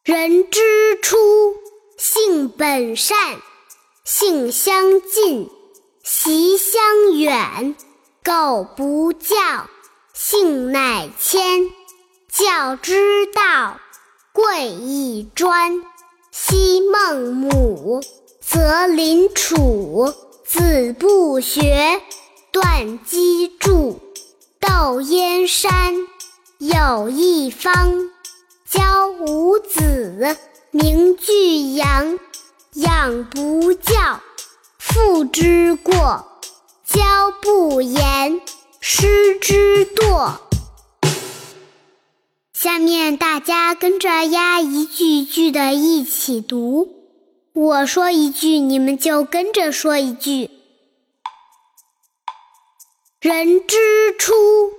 人之初，性本善，性相近，习相远。苟不教，性乃迁。教之道，贵以专。昔孟母，择邻处。子不学，断机杼。窦燕山，有一方。教五子，名俱扬。养不教，父之过；教不严，师之惰。下面大家跟着呀一句一句的一起读，我说一句，你们就跟着说一句。人之初，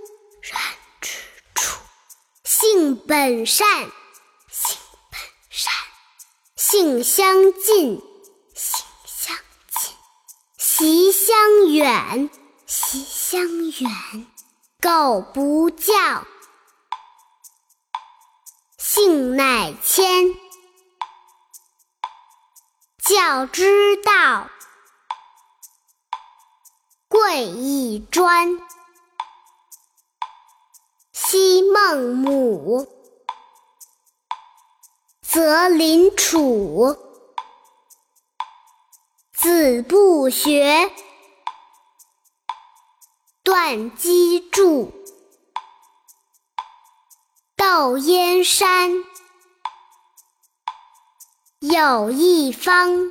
性本善，性相近，习相远，苟不教，性乃迁。教之道，贵以专。昔孟母，择邻处。子不学，断机杼。窦燕山，有一方。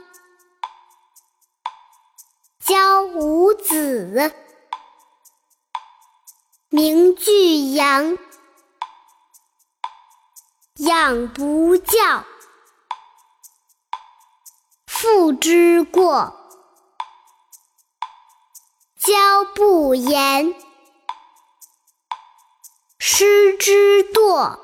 教五子，名俱扬。养不教，父之过；教不严，师之惰。